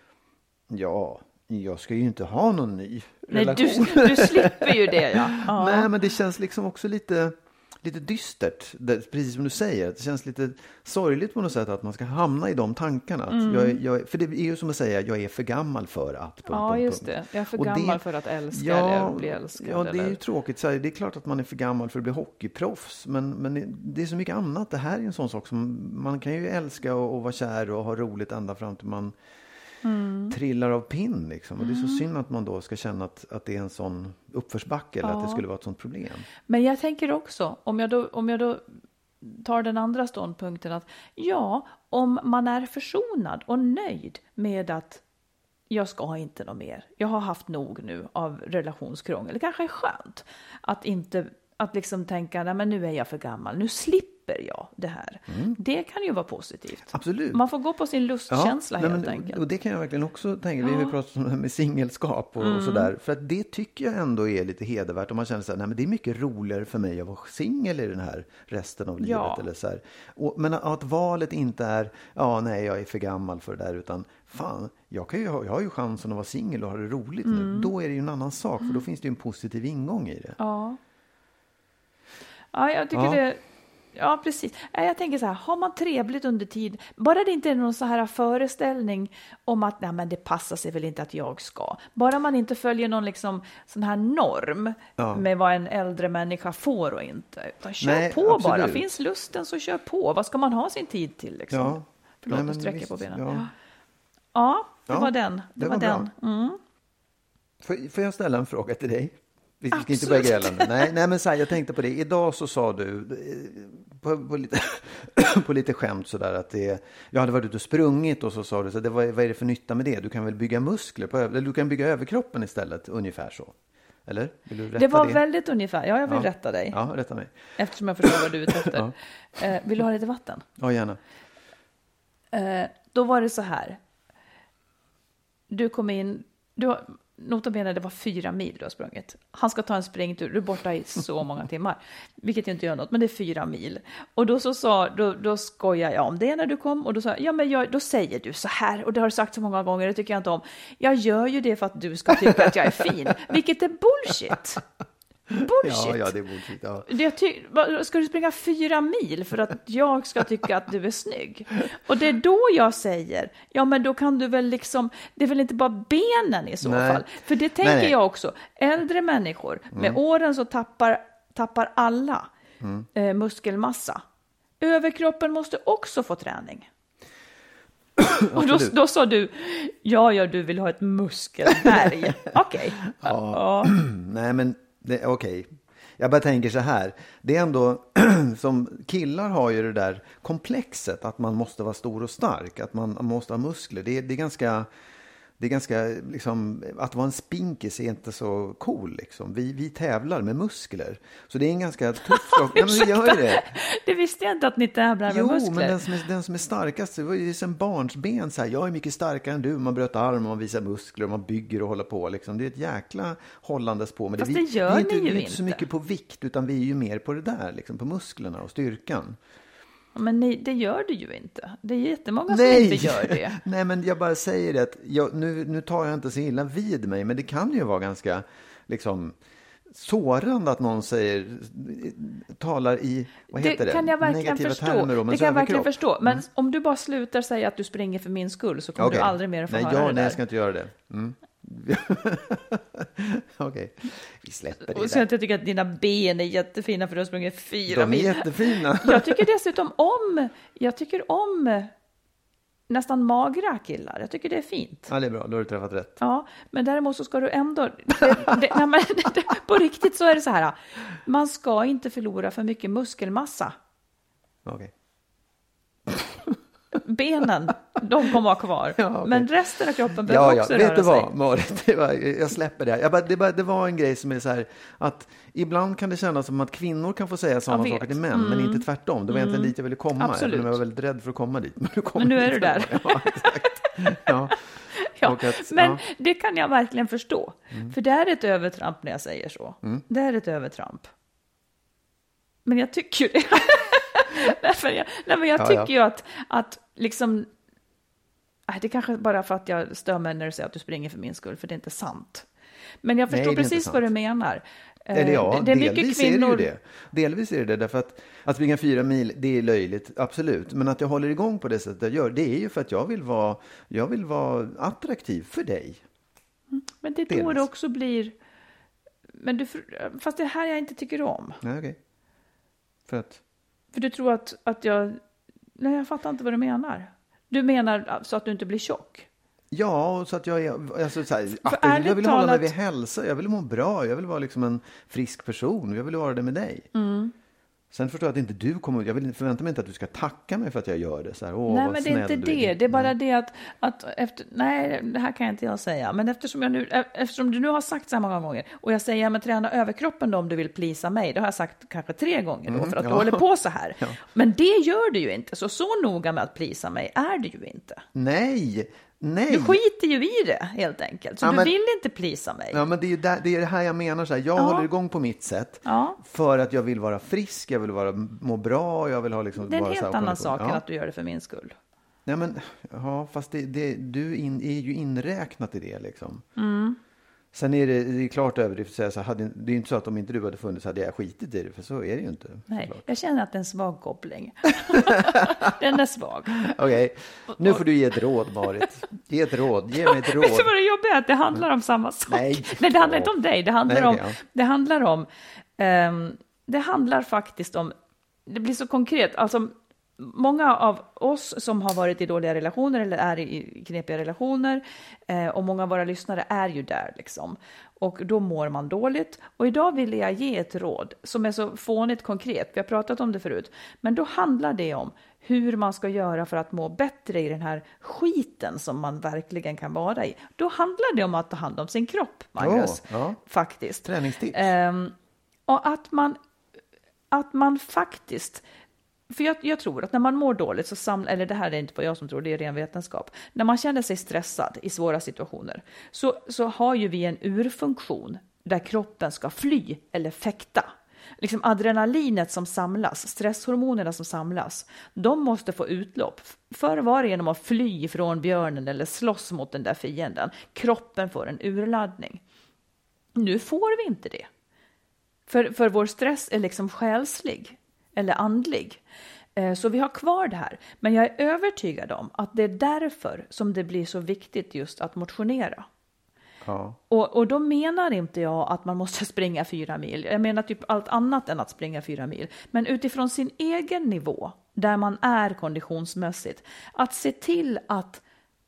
ja, jag ska ju inte ha någon ny Nej, relation. du, du slipper ju det, ja. ja. Nej, men det känns liksom också lite, lite dystert, det, precis som du säger. Det känns lite sorgligt på något sätt att man ska hamna i de tankarna. Att Mm. jag, jag, för det är ju som att säga, jag är för gammal för att. Punkt, Ja, punkt, just punkt. det. Jag är för Och gammal det- för att älska Ja, eller bli älskad. ja, det är ju eller... tråkigt. Så här, det är klart att man är för gammal för att bli hockeyproffs. Men, men det är så mycket annat. Det här är en sån sak som man kan ju älska och, och vara kär och ha roligt ända fram till man Mm. trillar av pinn. Liksom. Och det är så synd att man då ska känna att, att det är en sån uppförsbacke eller Ja. att det skulle vara ett sånt problem. Men jag tänker också, om jag, då, om jag då tar den andra ståndpunkten att ja, om man är försonad och nöjd med att jag ska inte något mer. Jag har haft nog nu av relationskrångel. Det kanske är skönt att inte att liksom tänka, nej men nu är jag för gammal. Nu slipper slipper jag det här. Mm. Det kan ju vara positivt. Absolut. Man får gå på sin lustkänsla ja, helt men, enkelt. Och det kan jag verkligen också tänka. Ja. Vi har pratat om det här med singelskap och, mm. och sådär. För att det tycker jag ändå är lite hedervärt. Om man känner så här, nej men det är mycket roligare för mig att vara singel i den här resten av livet. Ja. Eller så här. Och, men att valet inte är, ja nej jag är för gammal för det där. Utan fan, jag, kan ju ha, jag har ju chansen att vara singel och ha det roligt mm. nu. Då är det ju en annan sak. För då finns det ju en positiv ingång i det. Ja. Ja, jag tycker ja. det... Ja, precis. Jag tänker så här, har man trevligt under tid, bara det inte är någon så här föreställning om att nej, men det passar sig väl inte att jag ska. Bara man inte följer någon liksom sån här norm ja. med vad en äldre människa får och inte. Utan kör nej, på absolut. Bara. Finns lusten så kör på. Vad ska man ha sin tid till liksom? Ja. Förlåt, nej, att sträcka visst, på benen. Ja, ja det ja, var den. Det, det var, var den. Mm. Får, får jag ställa en fråga till dig? Vi ska Absolut. Inte börja gräla nu. Nej, nej, men så här, jag tänkte på det. Idag så sa du på, på, lite, på lite skämt sådär att det, jag hade varit ute och sprungit och så sa du så det, vad, vad är det för nytta med det? Du kan väl bygga muskler på, eller du kan bygga överkroppen istället, ungefär så. Eller? Vill du rätta det var det? Väldigt ungefär. Ja, jag vill ja. rätta dig. Ja, rätta mig. Eftersom jag förstår vad du är ute efter. ja. eh, vill du ha lite vatten? Ja, gärna. Eh, då var det så här. Du kom in, du notabene det var fyra mil du har sprungit. Han ska ta en springtur, du är borta i så många timmar. Vilket ju inte gör något, men det är fyra mil. Och då så sa, då, då skojar jag om det när du kom. Och då sa ja men jag, då säger du så här. Och det har du sagt så många gånger, det tycker jag inte om. Jag gör ju det för att du ska tycka att jag är fin. Vilket är bullshit. Bullshit. Ja, ja, det är bullshit. Ja. Det ty- ska du springa fyra mil för att jag ska tycka att du är snygg? Och det är då jag säger, ja men då kan du väl liksom, det är väl inte bara benen i så nej. Fall. För det tänker nej, nej. Jag också. Äldre människor, mm. med åren så tappar, tappar alla mm. eh, muskelmassa. Överkroppen måste också få träning. Och då, då sa du, ja, ja, du vill ha ett muskelberg. Okej. Okay. Ja. Ja. Nej, men okej. Okay. Jag bara tänker så här. Det är ändå, som killar har ju det där komplexet att man måste vara stor och stark. Att man måste ha muskler. Det är, det är ganska... Det är ganska, liksom, att vara en spinkis är inte så cool. Liksom. Vi, vi tävlar med muskler. Så det är en ganska tuff sak. Ja, men vi gör det. Det visste jag inte att ni tävlar med jo, muskler. Jo, men den som är, den som är starkast, det var ju som barnsben. Så här, jag är mycket starkare än du. Man bröt arm och man visar muskler och man bygger och håller på. Liksom. Det är ett jäkla hållandes på. Men fast det, det gör vi, vi, ni inte, ju vi är inte. inte så mycket på vikt, utan vi är ju mer på det där. Liksom, på musklerna och styrkan. Men nej, det gör du ju inte. Det är jättemånga nej. Som inte gör det. Nej, men jag bara säger det att jag, nu, nu tar jag inte så illa vid mig, men det kan ju vara ganska liksom sårande att någon säger, talar i, vad heter det? Det kan jag verkligen negativa förstå. Termer om det kan jag verkligen kropp. förstå. Men mm. om du bara slutar säga att du springer för min skull så kommer okay. du aldrig mer att få nej, höra ja, det nej, där. jag ska inte göra det. Mm. Okej, okay. Vi släpper det. Och så att jag tycker att dina ben är jättefina för du har sprungit fyra De är mil. jättefina. Jag tycker dessutom om, jag tycker om nästan magra killar. Jag tycker det är fint. Ja, det är bra. Då har du träffat rätt. Ja, men däremot så ska du ändå... Det, det, nej, men, det, på riktigt så är det så här. Man ska inte förlora för mycket muskelmassa. Okej. Okay. Benen, de kommer vara kvar. Ja, okay. Men resten av kroppen behöver ja, också ja. röra Vet du sig. vad, Marit? Det var, jag släpper det. Jag bara, det, bara, det var en grej som är så här att ibland kan det kännas som att kvinnor kan få säga samma saker till män, mm. men inte tvärtom. Det var mm. egentligen dit jag ville komma. Absolut. Jag var väldigt rädd för att komma dit. Men, men nu är du där. Ja, exakt. Ja. Ja, att, men ja. Det kan jag verkligen förstå. Mm. För det är ett övertramp när jag säger så. Mm. Det är ett övertramp. Men jag tycker ju det. Därför jag, nej, men jag ja, tycker ja. ju att, att liksom... Nej, det är kanske bara för att jag stör mig när du säger att du springer för min skull. För det är inte sant. Men jag förstår nej, precis vad du menar. Eller ja, det är delvis mycket kvinnor... är det ju det. Delvis är det det. Därför att, att springa fyra mil, det är löjligt. Absolut. Men att jag håller igång på det sättet jag gör, det är ju för att jag vill vara, jag vill vara attraktiv för dig. Men det är då det också blir... Men du, fast det här jag inte tycker om. Nej, okej. Okay. För att... För du tror att, att jag... Nej, jag fattar inte vad du menar. Du menar så att du inte blir tjock? Ja, så att jag är... Alltså, så här, att jag vill talat... hålla mig vid hälsa. Jag vill må bra. Jag vill vara liksom en frisk person. Jag vill vara det med dig. Mm. Sen förstår jag att inte du kommer, jag vill förvänta mig inte att du ska tacka mig för att jag gör det. Så här, Åh, nej, vad men det är inte det. är. Det är bara nej. det att, att efter, nej, det här kan jag inte jag säga. Men eftersom, jag nu, eftersom du nu har sagt så här många gånger och jag säger, ja, men träna överkroppen då om du vill plisa mig. Det har jag sagt kanske tre gånger då, Mm, för att ja. du håller på så här. Ja. Men det gör du ju inte. Så så noga med att plisa mig är du ju inte. Nej, nej. Du skiter ju i det helt enkelt. Så Ja, du men, vill inte plisa mig. Ja, men det är ju där, det, är det här jag menar. Så här. Jag Ja. håller igång på mitt sätt. Ja. För att jag vill vara frisk, jag vill vara, må bra. Jag vill ha liksom, Det är en vara helt så här, annan sak ja. än att du gör det för min skull. Nej, men, ja, fast det, det, du in, är ju inräknat i det. Liksom. Mm. Sen är det, det är klart överdrift att säga så hade, det är ju inte så att om inte du hade funnits hade jag skitit i det, för så är det ju inte. Nej, såklart. jag känner att det är en svag koppling. Den är svag. Okej, nu får du ge ett råd, Marit. Ge ett råd, ge mig ett råd. Vet du vad det jobbiga är? Att det handlar om samma sak. Nej. Nej, det handlar inte om dig. Det handlar Nej, om, okej, ja. det handlar om, ehm, det handlar faktiskt om, det blir så konkret, alltså många av oss som har varit i dåliga relationer eller är i knepiga relationer eh, och många av våra lyssnare är ju där liksom. Och då mår man dåligt. Och idag vill jag ge ett råd som är så fånigt konkret. Vi har pratat om det förut. Men då handlar det om hur man ska göra för att må bättre i den här skiten som man verkligen kan vara i. Då handlar det om att ta hand om sin kropp, Magnus. Oh, ja. Faktiskt. Träningstips. Ehm, och att man, att man faktiskt... För jag, jag tror att när man mår dåligt så samlar, eller det här är inte vad jag som tror, det är ren vetenskap. När man känner sig stressad i svåra situationer så, så har ju vi en urfunktion där kroppen ska fly eller fäkta. Liksom adrenalinet som samlas, stresshormonerna som samlas, de måste få utlopp. Förr var det genom att fly från björnen eller slåss mot den där fienden. Kroppen får en urladdning. Nu får vi inte det. För, för vår stress är liksom själslig. Eller andlig. Så vi har kvar det här. Men jag är övertygad om att det är därför som det blir så viktigt just att motionera. Ja. Och, och då menar inte jag att man måste springa fyra mil. Jag menar typ allt annat än att springa fyra mil. Men utifrån sin egen nivå, där man är konditionsmässigt. Att se till att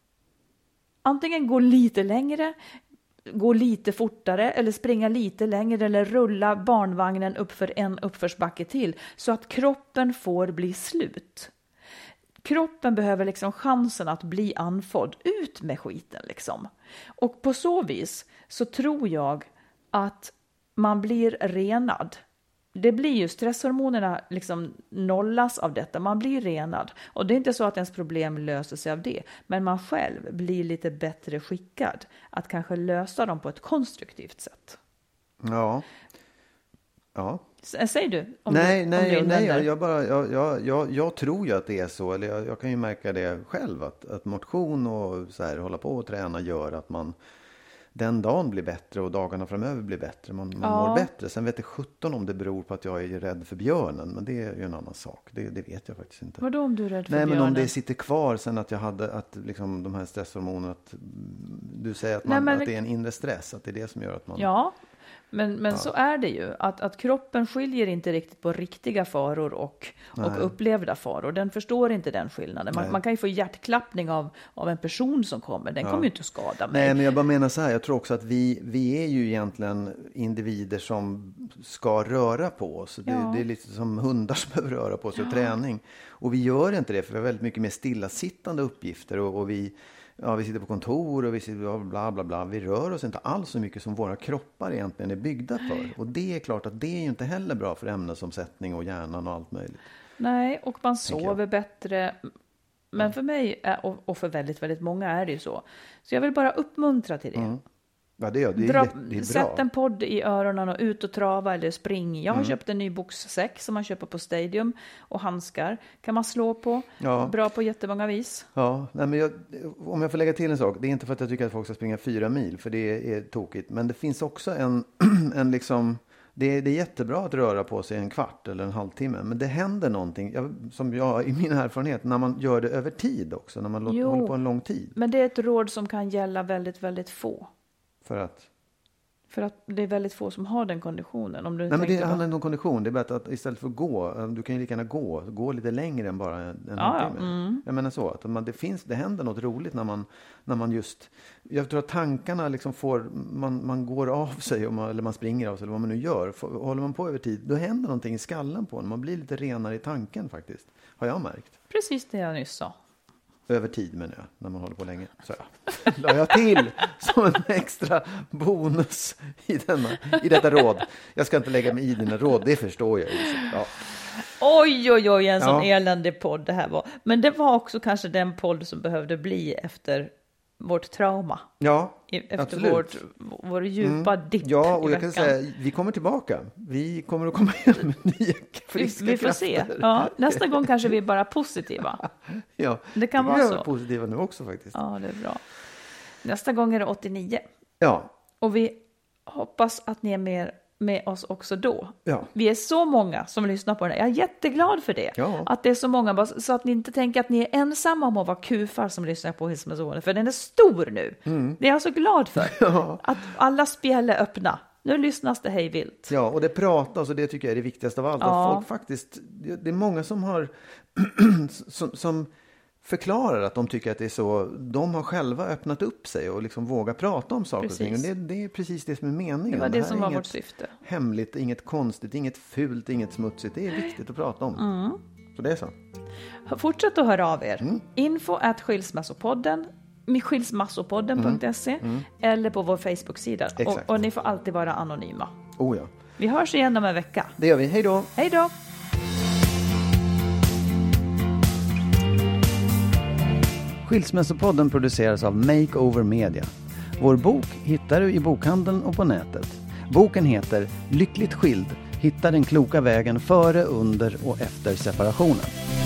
antingen gå lite längre, gå lite fortare eller springa lite längre eller rulla barnvagnen upp för en uppförsbacke till så att kroppen får bli slut. Kroppen behöver liksom chansen att bli andfådd, ut med skiten liksom. Och på så vis så tror jag att man blir renad. Det blir ju stresshormonerna liksom nollas av detta. Man blir renad. Och det är inte så att ens problem löser sig av det. Men man själv blir lite bättre skickad att kanske lösa dem på ett konstruktivt sätt. Ja. Ja. Säger du? Om nej, du, nej, om du nej. Jag, jag, bara, jag, jag, jag, jag tror ju att det är så. Eller jag, jag kan ju märka det själv. Att, att motion och så här, hålla på och träna gör att man den dagen blir bättre och dagarna framöver blir bättre. Man, man ja. mår bättre. Sen vet jag sjutton om det beror på att jag är rädd för björnen. Men det är ju en annan sak. Det, det vet jag faktiskt inte. Vadå om du är rädd för Nej, björnen? men om det sitter kvar sen att jag hade att liksom de här stresshormonerna. Att, du säger att, man, Nej, men... att det är en inre stress. Att det är det som gör att man... Ja, men, men ja. så är det ju. Att, att kroppen skiljer inte riktigt på riktiga faror och, och upplevda faror. Den förstår inte den skillnaden. Man, man kan ju få hjärtklappning av, av en person som kommer. Den ja. kommer ju inte att skada mig. Nej, men jag bara menar så här. Jag tror också att vi, vi är ju egentligen individer som ska röra på oss. Det, ja. det är lite som hundar som behöver röra på sig och ja. träning. Och vi gör inte det för vi har väldigt mycket mer stillasittande uppgifter. Och, och vi... Ja, vi sitter på kontor och vi sitter bla bla bla. Vi rör oss inte alls så mycket som våra kroppar egentligen är byggda för. Och det är klart att det är ju inte heller bra för ämnesomsättning och hjärnan och allt möjligt. Nej, och man sover bättre. Men ja. för mig och för väldigt, väldigt många är det ju så. Så jag vill bara uppmuntra till det. Mm. Ja, det är, det är, Dra, det är bra. Sätt en podd i öronen och ut och trava eller spring. Jag har mm. köpt en ny boxsäck som man köper på Stadium. Och handskar kan man slå på. Ja. Bra på jättemånga vis. Ja, nej, men jag, om jag får lägga till en sak. Det är inte för att jag tycker att folk ska springa fyra mil. För det är tokigt. Men det finns också en, en liksom... Det är, det är jättebra att röra på sig en kvart eller en halvtimme. Men det händer någonting, jag, som jag i min erfarenhet, när man gör det över tid också. När man låter, jo, håller på en lång tid. Men det är ett råd som kan gälla väldigt, väldigt få. För att? För att det är väldigt få som har den konditionen. Om du Nej, men det på... handlar inte om kondition. Det är bättre att istället för att gå, du kan ju lika gärna gå, gå lite längre än bara en ja, halvtimme. Ja, mm. Jag menar så, att man, det, finns, det händer något roligt när man, när man just, jag tror att tankarna liksom får, man, man går av sig, och man, eller man springer av sig, eller vad man nu gör. Får, håller man på över tid, då händer någonting i skallen på en. Man blir lite renare i tanken faktiskt, har jag märkt. Precis det jag nyss sa. Över tid menar jag, när man håller på länge. Så jag la jag till som en extra bonus i, denna, i detta råd. Jag ska inte lägga mig i dina råd, det förstår jag ju. Ja. Oj, oj, oj, en sån Ja. eländig podd det här var. Men det var också kanske den podd som behövde bli efter vårt trauma. Ja, Efter absolut. vårt, vår djupa Mm. dipp Ja, och i jag kan veckan. säga, vi kommer tillbaka. Vi kommer att komma igen med nya friska Vi, vi får se. krafter. Ja, nästa gång kanske vi är bara positiva. Ja, Det kan vi vara är så. positiva nu också faktiskt. Ja, det är bra. Nästa gång är det åttionio. Ja, Och vi hoppas att ni är med, med oss också då. ja. Vi är så många som lyssnar på den här. Jag är jätteglad för det. Ja. Att det är så många. Så att ni inte tänker att ni är ensamma om att vara kufar som lyssnar på Hilsmasonen. För den är stor nu. Mm. Det är jag så glad för. Att alla spjäll är öppna. Nu lyssnas det hej vilt. Ja, och det pratas, och det tycker jag är det viktigaste av allt. Ja. Att folk faktiskt, det det är många som har som, som förklarar att de tycker att det är så, de har själva öppnat upp sig och liksom vågar prata om saker Precis. och ting. Och det, det är precis det som är meningen. Det var det här som är var inget vårt syfte. Hemligt, inget konstigt, inget fult, inget smutsigt. Det är viktigt att prata om. Mm. Så det är så. Fortsätt att höra av er. Mm. Info at skilsmassopodden. skilsmassopodden punkt se Mm. Mm. eller på vår Facebook-sida. Och, Exakt. och ni får alltid vara anonyma. Oh ja. Vi hörs igen om en vecka. Det gör vi. Hej då! Hej då! Skilsmässopodden produceras av Makeover Media. Vår bok hittar du i bokhandeln och på nätet. Boken heter Lyckligt skild. Hitta den kloka vägen före, under och efter separationen.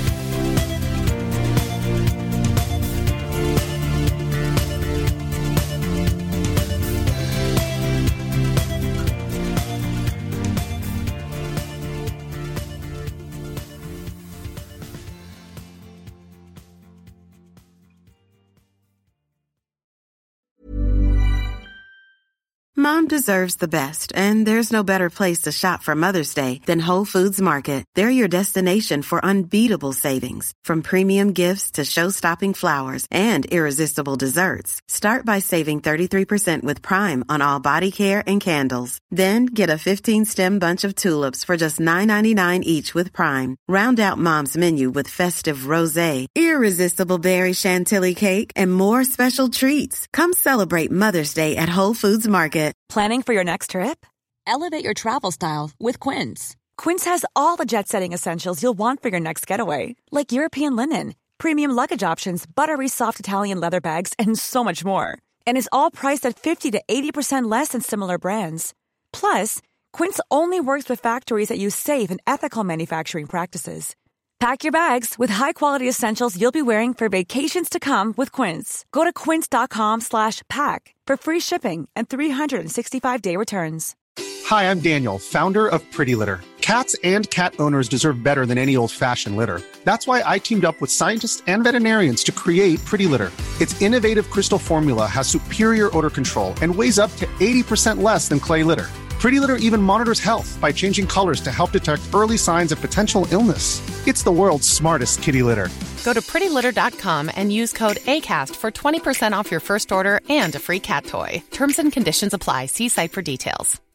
Mom deserves the best, and there's no better place to shop for Mother's Day than Whole Foods Market. They're your destination for unbeatable savings, from premium gifts to show-stopping flowers and irresistible desserts. Start by saving thirty-three percent with Prime on all body care and candles. Then get a fifteen-stem bunch of tulips for just nine ninety-nine each with Prime. Round out Mom's menu with festive rosé, irresistible berry chantilly cake, and more special treats. Come celebrate Mother's Day at Whole Foods Market. Planning for your next trip? Elevate your travel style with Quince. Quince has all the jet-setting essentials you'll want for your next getaway, like European linen, premium luggage options, buttery soft Italian leather bags, and so much more. And is all priced at fifty to eighty percent less than similar brands. Plus, Quince only works with factories that use safe and ethical manufacturing practices. Pack your bags with high-quality essentials you'll be wearing for vacations to come with Quince. Go to quince.com slash pack for free shipping and three sixty-five day returns. Hi, I'm Daniel, founder of Pretty Litter. Cats and cat owners deserve better than any old-fashioned litter. That's why I teamed up with scientists and veterinarians to create Pretty Litter. Its innovative crystal formula has superior odor control and weighs up to eighty percent less than clay litter. Pretty Litter even monitors health by changing colors to help detect early signs of potential illness. It's the world's smartest kitty litter. Go to pretty litter dot com and use code ACAST for twenty percent off your first order and a free cat toy. Terms and conditions apply. See site for details.